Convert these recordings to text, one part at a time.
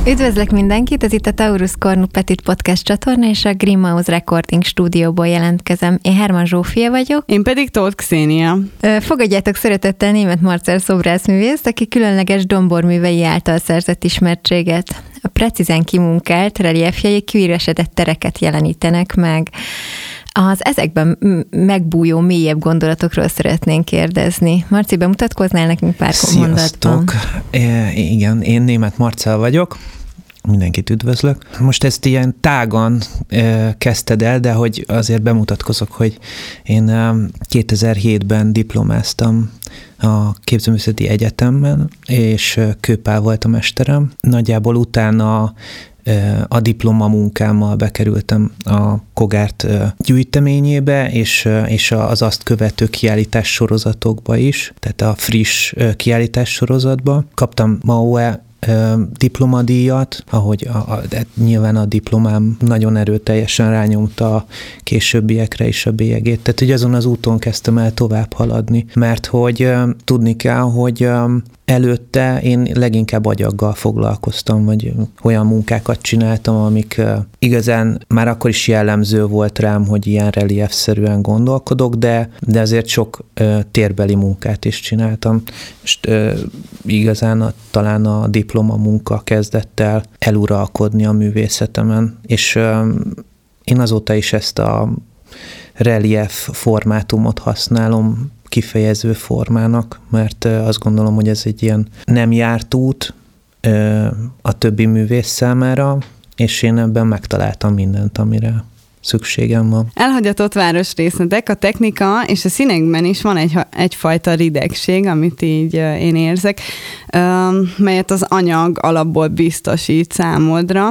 Üdvözlök mindenkit, ez itt a Taurus Cornu Petit Podcast csatorna, és a Green Mouse Recording stúdióból jelentkezem. Én Herman Zsófia vagyok. Én pedig Tóth Kszénia. Fogadjátok szeretettel Németh Marcell szobrászművészt, aki különleges domborművei által szerzett ismertséget. A precízen kimunkált reliefjei kiüresedett tereket jelenítenek meg. Az ezekben megbújó, mélyebb gondolatokról szeretnénk kérdezni. Marci, bemutatkoznál nekünk pár mondatban? Sziasztok! Igen, én Németh Marcell vagyok. Mindenkit üdvözlök. Most ezt ilyen tágan kezdted el, de hogy azért bemutatkozok, hogy én 2007-ben diplomáztam a Képzőművészeti Egyetemben, és Kőpál volt a mesterem. Nagyjából utána a diplomamunkámmal bekerültem a Kogárt gyűjteményébe, és az azt követő kiállítás sorozatokba is, tehát a friss kiállítás sorozatba. Kaptam MAOE diplomadíjat, ahogy nyilván a diplomám nagyon erőteljesen rányomta a későbbiekre is a bélyegét. Tehát, hogy azon az úton kezdtem el tovább haladni, mert hogy tudni kell, hogy előtte én leginkább agyaggal foglalkoztam, vagy olyan munkákat csináltam, amik igazán már akkor is jellemző volt rám, hogy ilyen reliefszerűen gondolkodok, de azért sok térbeli munkát is csináltam. És igazán talán a diplomamunka kezdett el eluralkodni a művészetemen, és én azóta is ezt a relief formátumot használom kifejező formának, mert azt gondolom, hogy ez egy ilyen nem járt út a többi művész számára, és én ebben megtaláltam mindent, amire szükségem van. Elhagyatott városrészletek, a technika és a színekben is van egyfajta ridegség, amit így én érzek, melyet az anyag alapból biztosít számodra.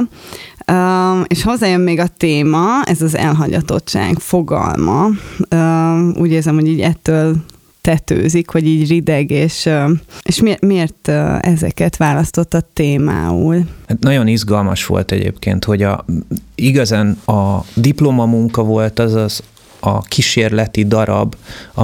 És hozzájön még a téma, ez az elhagyatottság fogalma. Úgy érzem, hogy így ettől tetőzik, hogy így rideg, és miért ezeket választottad témául? Hát nagyon izgalmas volt egyébként, hogy igazán a diplomamunka volt az a kísérleti darab,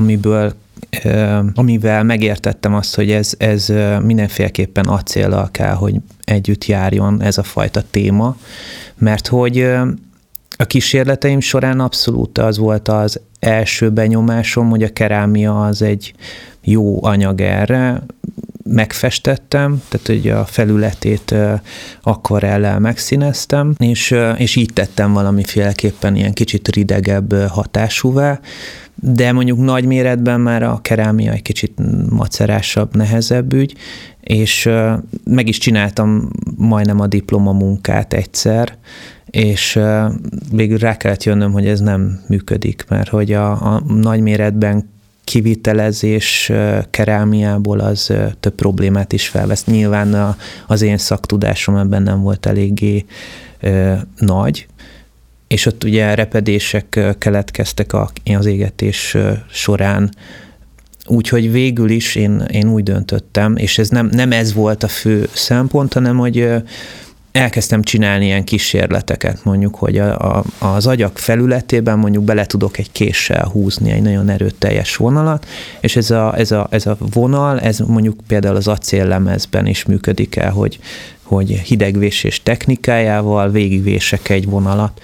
amivel megértettem azt, hogy ez mindenféleképpen acéllal kell, hogy együtt járjon ez a fajta téma, mert hogy a kísérleteim során abszolút az volt az első benyomásom, hogy a kerámia az egy jó anyag erre. Megfestettem, tehát hogy a felületét akvarellel megszíneztem, és így tettem valamiféleképpen ilyen kicsit ridegebb hatásúvá, de mondjuk nagy méretben már a kerámia egy kicsit macerásabb, nehezebb ügy, és meg is csináltam majdnem a diplomamunkát egyszer, és végül rá kellett jönnöm, hogy ez nem működik, mert hogy a nagy méretben kivitelezés kerámiából az több problémát is felvesz. Nyilván az én szaktudásom ebben nem volt eléggé nagy, és ott ugye repedések keletkeztek az égetés során, úgyhogy végül is én úgy döntöttem, és ez nem ez volt a fő szempont, hanem hogy elkezdtem csinálni ilyen kísérleteket, mondjuk, hogy az agyag felületében mondjuk bele tudok egy késsel húzni egy nagyon erőteljes vonalat, és ez a vonal, ez mondjuk például az acéllemezben is működik el, hogy hidegvésés technikájával végigvések egy vonalat,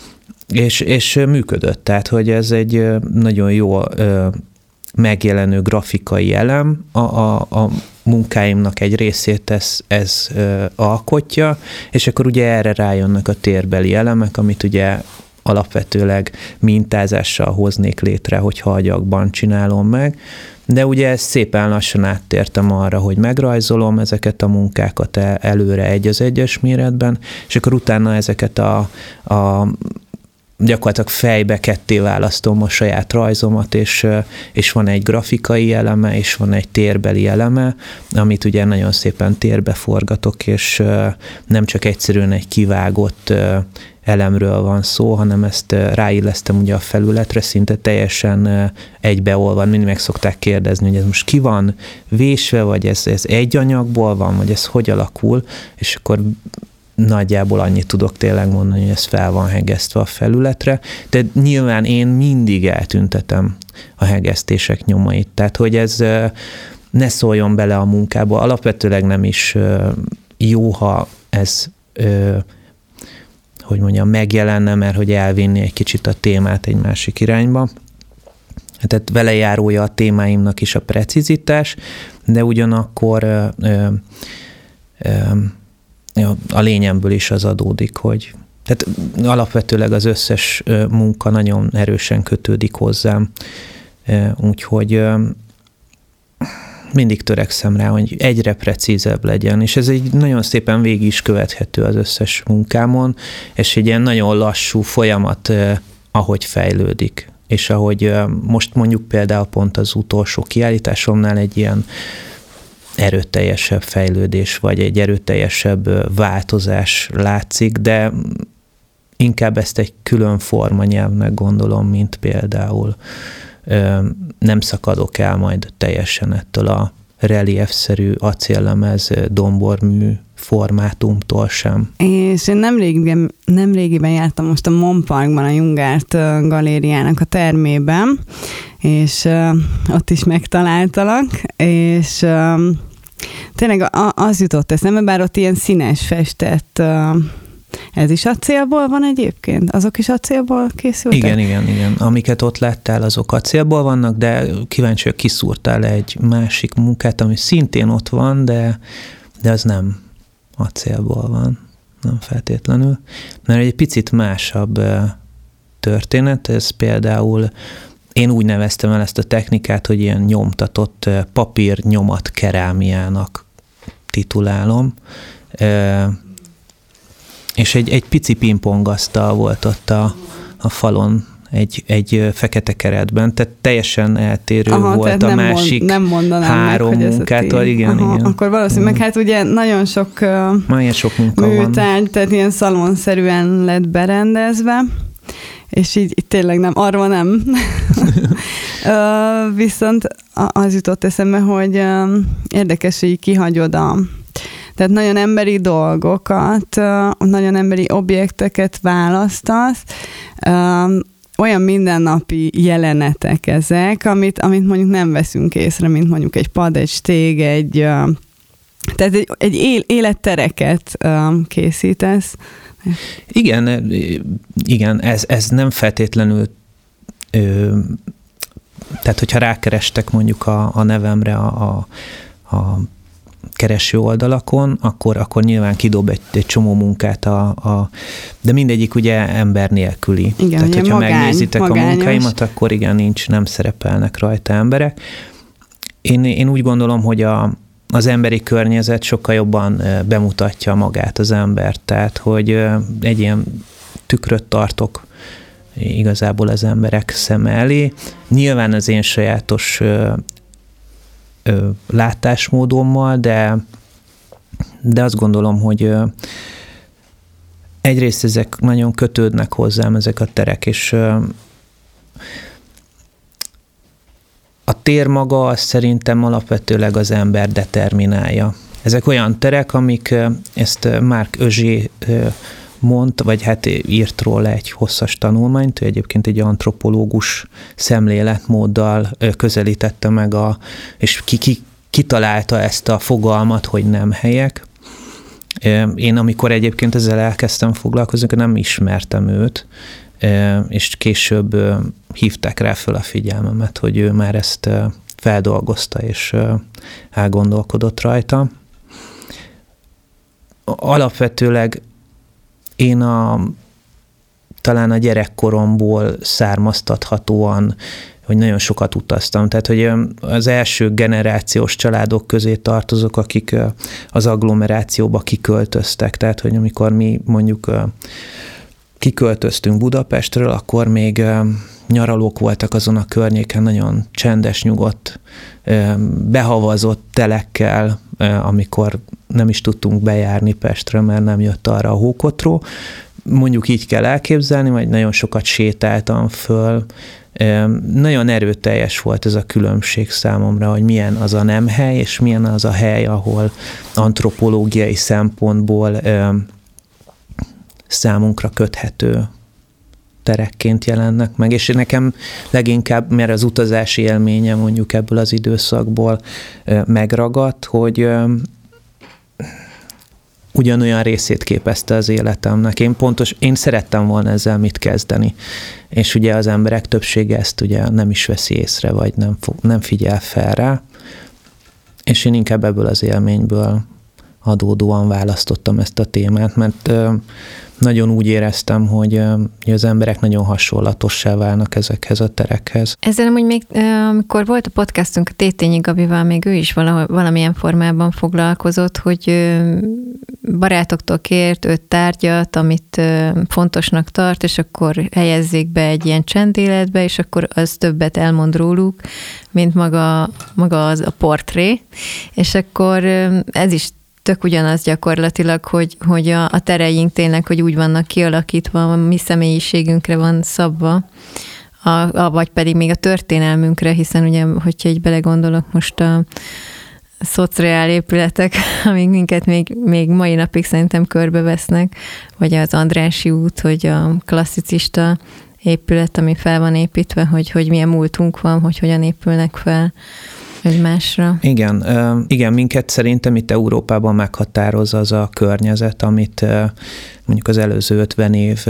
és működött, tehát hogy ez egy nagyon jó megjelenő grafikai elem, a munkáimnak egy részét ez alkotja, és akkor ugye erre rájönnek a térbeli elemek, amit ugye alapvetőleg mintázással hoznék létre, hogyha agyagban csinálom meg, de ugye ezt szépen lassan áttértem arra, hogy megrajzolom ezeket a munkákat előre egy az egyes méretben, és akkor utána ezeket gyakorlatilag fejbe ketté választom a saját rajzomat, és van egy grafikai eleme, és van egy térbeli eleme, amit ugye nagyon szépen térbe forgatok, és nem csak egyszerűen egy kivágott elemről van szó, hanem ezt ráillesztem ugye a felületre, szinte teljesen egybeolvad. Mindig meg szokták kérdezni, hogy ez most ki van vésve, vagy ez egy anyagból van, vagy ez hogy alakul, és akkor nagyjából annyit tudok tényleg mondani, hogy ez fel van hegesztve a felületre, de nyilván én mindig eltüntetem a hegesztések nyomait, tehát hogy ez ne szóljon bele a munkába. Alapvetőleg nem is jó, ha hogy mondjam, megjelenne, mert hogy elvinni egy kicsit a témát egy másik irányba. Tehát velejárója a témáimnak is a precizitás, de ugyanakkor a lényemből is az adódik, hogy tehát alapvetőleg az összes munka nagyon erősen kötődik hozzám, úgyhogy mindig törekszem rá, hogy egyre precízebb legyen, és ez egy nagyon szépen végig is követhető az összes munkámon, és egy ilyen nagyon lassú folyamat, ahogy fejlődik. És ahogy most mondjuk például pont az utolsó kiállításomnál egy ilyen erőteljesebb fejlődés, vagy egy erőteljesebb változás látszik, de inkább ezt egy külön formanyelvnek gondolom, mint például nem szakadok el majd teljesen ettől a reliefszerű acéllemez dombormű formátumtól sem. És én nemrégiben jártam most a Mon Parkban, a Jungart galériának a termében, és ott is megtaláltalak, és tényleg az jutott eszembe, bár ott ilyen színes festett, ez is acélból van egyébként? Azok is acélból készültek? Igen. Amiket ott láttál, azok acélból vannak, de kíváncsi, hogy kiszúrtál egy másik munkát, ami szintén ott van, de az nem acélból van, nem feltétlenül. Mert egy picit másabb történet, ez például én úgy neveztem el ezt a technikát, hogy ilyen nyomtatott papírnyomat kerámiának titulálom, és egy pici pingpongasztal volt ott a falon egy fekete keretben, tehát teljesen eltérő volt a másik három munkától. Igen. Akkor valószínűleg, hát ugye nagyon sok munka műtárgy, van. Tehát ilyen szalonszerűen lett berendezve, és így tényleg nem, arról nem. Viszont az jutott eszembe, hogy érdekes, hogy kihagyod tehát nagyon emberi dolgokat, nagyon emberi objekteket választasz, olyan mindennapi jelenetek ezek, amit mondjuk nem veszünk észre, mint mondjuk egy pad, egy stég, tehát egy élettereket készítesz. Igen, ez nem feltétlenül, tehát hogyha rákerestek mondjuk a nevemre a kereső oldalakon, akkor nyilván kidob egy csomó munkát, de mindegyik ugye ember nélküli. Igen, tehát, hogyha megnézitek magányos. A munkáimat, akkor igen, nem szerepelnek rajta emberek. Én úgy gondolom, hogy az emberi környezet sokkal jobban bemutatja magát az embert, tehát, hogy egy ilyen tükröt tartok igazából az emberek szeme elé. Nyilván az én sajátos látásmódommal, de azt gondolom, hogy egyrészt ezek nagyon kötődnek hozzám, ezek a terek, és a tér maga azt szerintem alapvetőleg az ember determinálja. Ezek olyan terek, amik, ezt Marc Augé mondta, vagy hát írt róla egy hosszas tanulmányt, ő egyébként egy antropológus szemléletmóddal közelítette meg, és kitalálta ezt a fogalmat, hogy nem helyek. Én amikor egyébként ezzel elkezdtem foglalkozni, nem ismertem őt, és később hívták rá föl a figyelmemet, hogy ő már ezt feldolgozta, és elgondolkodott rajta. Alapvetőleg én talán a gyerekkoromból származtathatóan, hogy nagyon sokat utaztam. Tehát, hogy az első generációs családok közé tartozok, akik az agglomerációba kiköltöztek. Tehát, hogy amikor mi mondjuk kiköltöztünk Budapestről, akkor még nyaralók voltak azon a környéken, nagyon csendes, nyugodt, behavazott telekkel, amikor nem is tudtunk bejárni Pestre, mert nem jött arra a hókotró. Mondjuk így kell elképzelni, vagy nagyon sokat sétáltam föl. Nagyon erőteljes volt ez a különbség számomra, hogy milyen az a nem hely, és milyen az a hely, ahol antropológiai szempontból számunkra köthető terekként jelennek meg, és nekem leginkább, mert az utazási élménye mondjuk ebből az időszakból megragadt, hogy ugyanolyan részét képezte az életemnek. Én szerettem volna ezzel mit kezdeni. És ugye az emberek többsége ezt ugye nem is veszi észre, vagy nem figyel fel rá. És én inkább ebből az élményből adódóan választottam ezt a témát, mert nagyon úgy éreztem, hogy az emberek nagyon hasonlatossá válnak ezekhez a terekhez. Ezzel amúgy még, amikor volt a podcastunk a Tétényi Gabival, még ő is valamilyen formában foglalkozott, hogy barátoktól kért 5 tárgyat, amit fontosnak tart, és akkor helyezzék be egy ilyen csendéletbe, és akkor az többet elmond róluk, mint maga az a portré. És akkor ez is tök ugyanaz gyakorlatilag, hogy a tereink tényleg, hogy úgy vannak kialakítva, a mi személyiségünkre van szabva, vagy pedig még a történelmünkre, hiszen ugye, hogyha így belegondolok most a szociál épületek, amik minket még mai napig szerintem körbevesznek, vagy az Andrássy út, hogy a klasszicista épület, ami fel van építve, hogy milyen múltunk van, hogy hogyan épülnek fel egymásra. Igen, minket szerintem itt Európában meghatároz az a környezet, amit mondjuk az előző 50 év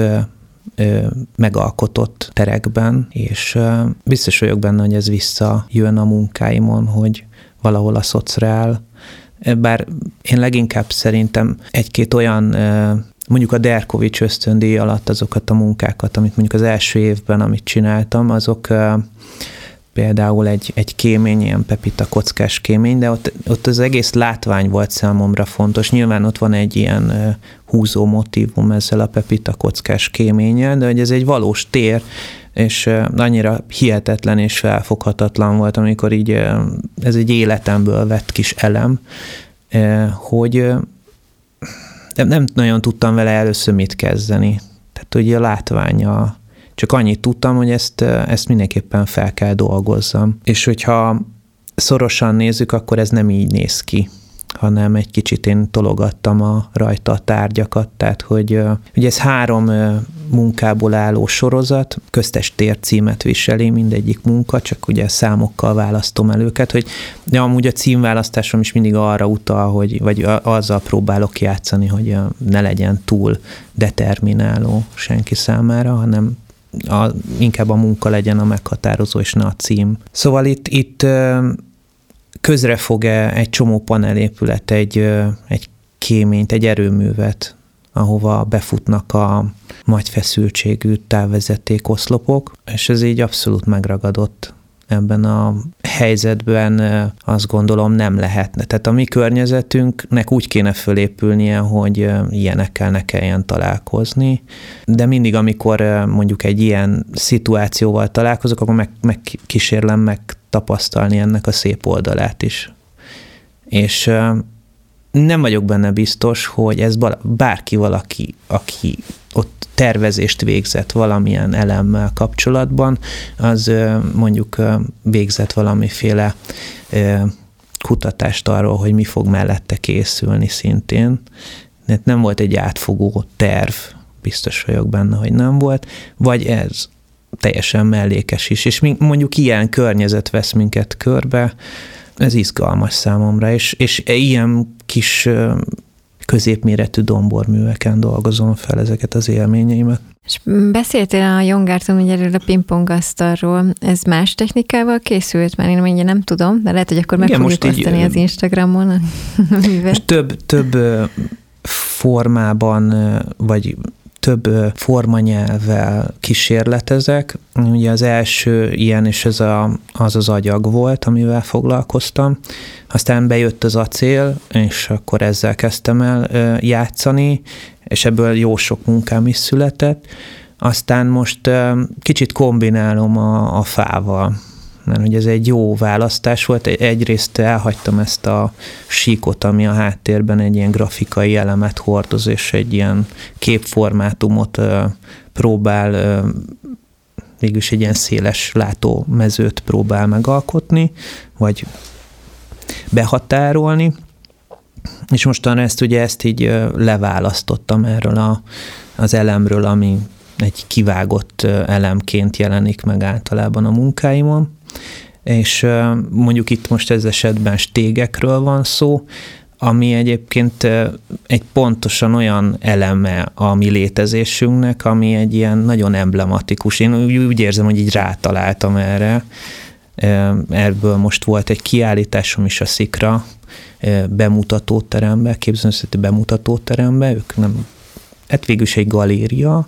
megalkotott terekben, és biztos vagyok benne, hogy ez visszajön a munkáimon, hogy valahol a szociál, bár én leginkább szerintem egy-két olyan, mondjuk a Derkovics ösztöndíj alatt azokat a munkákat, amit mondjuk az első évben, amit csináltam, azok például egy kémény, ilyen pepita kockás kémény, de ott az egész látvány volt számomra fontos. Nyilván ott van egy ilyen húzó motívum ezzel a pepita kockás kéménnyel, de hogy ez egy valós tér, és annyira hihetetlen és felfoghatatlan volt, amikor így ez egy életemből vett kis elem, hogy nem nagyon tudtam vele először mit kezdeni. Tehát ugye a látványa, csak annyit tudtam, hogy ezt mindenképpen fel kell dolgozzam. És hogyha szorosan nézzük, akkor ez nem így néz ki, hanem egy kicsit én tologattam rajta a tárgyakat, tehát hogy ugye ez 3 munkából álló sorozat, köztes tércímet viseli mindegyik munka, csak ugye számokkal választom el őket, hogy de amúgy a címválasztásom is mindig arra utal, vagy azzal próbálok játszani, hogy ne legyen túl determináló senki számára, hanem inkább a munka legyen a meghatározó, és ne a cím. Szóval itt közrefog egy csomó panelépület, egy kéményt, egy erőművet, ahova befutnak a nagy feszültségű távvezeték oszlopok, és ez így abszolút megragadott. Ebben a helyzetben azt gondolom nem lehetne. Tehát a mi környezetünknek úgy kéne fölépülnie, hogy ilyenekkel ne kelljen találkozni, de mindig, amikor mondjuk egy ilyen szituációval találkozok, akkor megkísérlem megtapasztalni ennek a szép oldalát is. És nem vagyok benne biztos, hogy ez valaki, aki ott tervezést végzett valamilyen elemmel kapcsolatban, az mondjuk végzett valamiféle kutatást arról, hogy mi fog mellette készülni szintén. Nem volt egy átfogó terv, biztos vagyok benne, hogy nem volt, vagy ez teljesen mellékes is. És mondjuk ilyen környezet vesz minket körbe, ez izgalmas számomra, és ilyen kis középméretű domborműveken dolgozom fel ezeket az élményeimet. És beszéltél a Jongárton ugye erről a pingpongasztalról, ez más technikával készült? Mert én ugye nem tudom, de lehet, hogy akkor meg fogjuk osztani az Instagramon a művet. Több formában, vagy több formanyelvvel kísérletezek. Ugye az első ilyen, és ez az agyag volt, amivel foglalkoztam. Aztán bejött az acél, és akkor ezzel kezdtem el játszani, és ebből jó sok munkám is született. Aztán most kicsit kombinálom a fával, mert hogy ez egy jó választás volt. Egyrészt elhagytam ezt a síkot, ami a háttérben egy ilyen grafikai elemet hordoz, és egy ilyen képformátumot próbál, végülis egy ilyen széles látómezőt próbál megalkotni, vagy behatárolni. És mostanra ezt így leválasztottam erről az elemről, ami egy kivágott elemként jelenik meg általában a munkáimon. És mondjuk itt most ez esetben stégekről van szó, ami egyébként egy pontosan olyan eleme a mi létezésünknek, ami egy ilyen nagyon emblematikus. Én úgy érzem, hogy így rátaláltam erre. Ebből most volt egy kiállításom is a Szikra bemutatóterembe, képzőművészeti bemutatóterembe, ők nem, hát végül is egy galéria,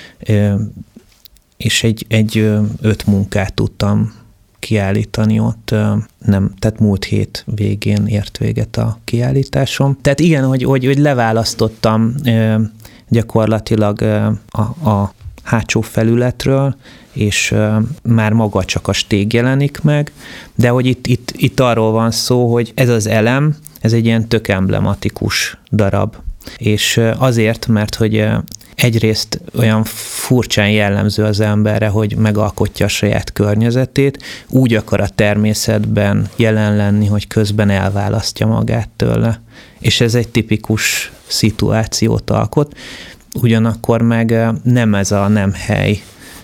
és egy 5 munkát tudtam kiállítani ott, tehát múlt hét végén ért véget a kiállításom. Tehát igen, hogy leválasztottam gyakorlatilag a hátsó felületről, és már maga csak a stég jelenik meg, de hogy itt arról van szó, hogy ez az elem, ez egy ilyen tök emblematikus darab. És azért, mert hogy egyrészt olyan furcsán jellemző az emberre, hogy megalkotja a saját környezetét, úgy akar a természetben jelen lenni, hogy közben elválasztja magát tőle. És ez egy tipikus szituációt alkot. Ugyanakkor meg nem ez a nem hely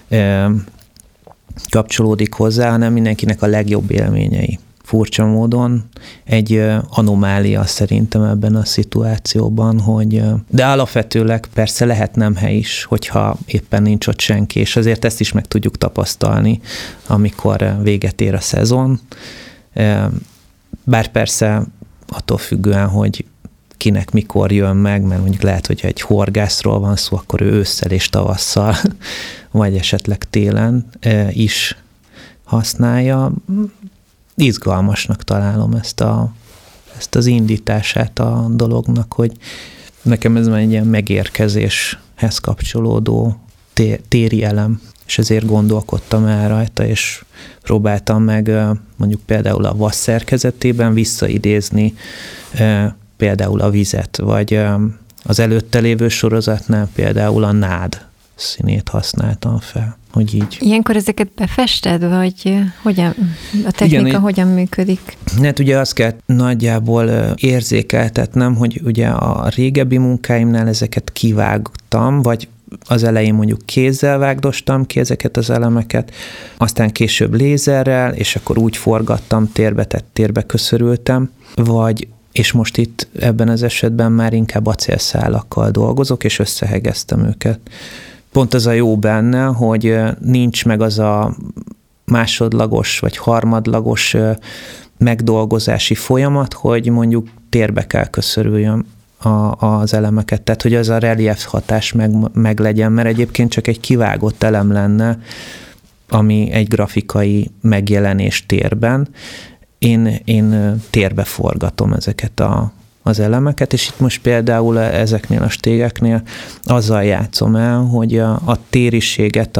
kapcsolódik hozzá, hanem mindenkinek a legjobb élményei. Furcsa módon egy anomália szerintem ebben a szituációban, de alapvetőleg persze lehet nem hely is, hogyha éppen nincs ott senki, és azért ezt is meg tudjuk tapasztalni, amikor véget ér a szezon. Bár persze attól függően, hogy kinek mikor jön meg, mert mondjuk lehet, hogyha egy horgászról van szó, akkor ő ősszel és tavasszal, vagy esetleg télen is használja. Izgalmasnak találom ezt az indítását a dolognak, hogy nekem ez már egy ilyen megérkezéshez kapcsolódó téri elem, és ezért gondolkodtam el rajta, és próbáltam meg mondjuk például a vas szerkezetében visszaidézni például a vizet, vagy az előtte lévő sorozatnál például a nád színét használtam fel, hogy így. Ilyenkor ezeket befested, vagy hogyan, a technika igen, hogyan működik? Hát ugye azt kell nagyjából érzékeltetnem, hogy ugye a régebbi munkáimnál ezeket kivágtam, vagy az elején mondjuk kézzel vágdostam ki ezeket az elemeket, aztán később lézerrel, és akkor úgy forgattam térbe, tehát térbe köszörültem, és most itt ebben az esetben már inkább acélszálakkal dolgozok, és összehegeztem őket. Pont az a jó benne, hogy nincs meg az a másodlagos vagy harmadlagos megdolgozási folyamat, hogy mondjuk térbe kell köszörüljön az elemeket, tehát hogy az a relief hatás meg legyen, mert egyébként csak egy kivágott elem lenne, ami egy grafikai megjelenés térben. Én térbe forgatom ezeket az elemeket, és itt most például ezeknél a stégeknél azzal játszom el, hogy a tériséget,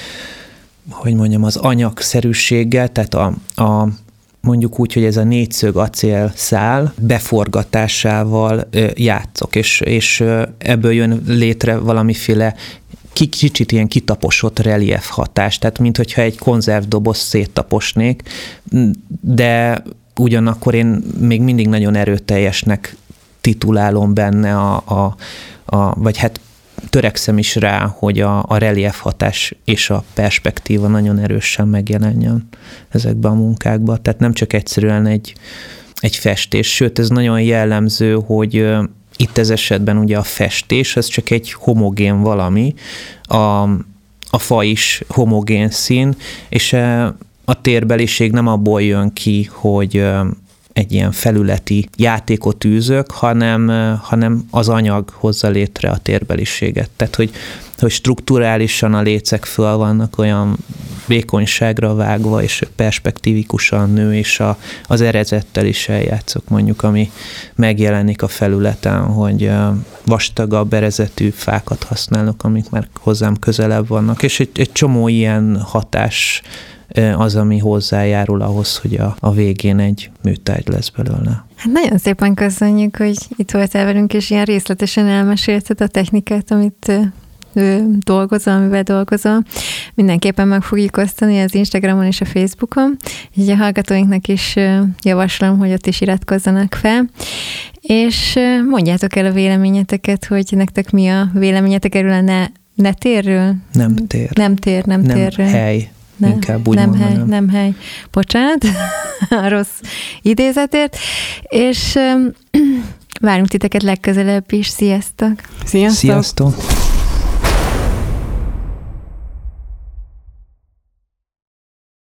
az anyagszerűséggel, tehát mondjuk úgy, hogy ez a négyszög acélszál beforgatásával játszok, és ebből jön létre valamiféle kicsit ilyen kitaposott relief hatás, tehát minthogyha egy konzervdoboz széttaposnék, de ugyanakkor én még mindig nagyon erőteljesnek titulálom benne vagy hát törekszem is rá, hogy a relief hatás és a perspektíva nagyon erősen megjelenjen ezekben a munkákban. Tehát nem csak egyszerűen egy festés, sőt ez nagyon jellemző, hogy itt ez esetben ugye a festés, az csak egy homogén valami, a fa is homogén szín, és a térbeliség nem abból jön ki, hogy egy ilyen felületi játékot űzök, hanem az anyag hozza létre a térbeliséget. Tehát, hogy strukturálisan a lécek föl vannak olyan vékonyságra vágva, és perspektívikusan nő, és az erezettel is eljátszok mondjuk, ami megjelenik a felületen, hogy vastagabb erezetű fákat használok, amik már hozzám közelebb vannak, és egy csomó ilyen hatás az, ami hozzájárul ahhoz, hogy a végén egy műtárgy lesz belőle. Hát nagyon szépen köszönjük, hogy itt voltál velünk, és ilyen részletesen elmesélted a technikát, amit amivel dolgozol. Mindenképpen meg fogjuk osztani az Instagramon és a Facebookon. Így a hallgatóinknak is javaslom, hogy ott is iratkozzanak fel. És mondjátok el a véleményeteket, hogy nektek mi a véleményetek erről a netérről? Nem tér. Nem térről. Hely. Inkább úgy nem hely. Bocsánat, a rossz idézetért. És Várunk titeket legközelebb is. Sziasztok! Sziasztok! Sziasztok!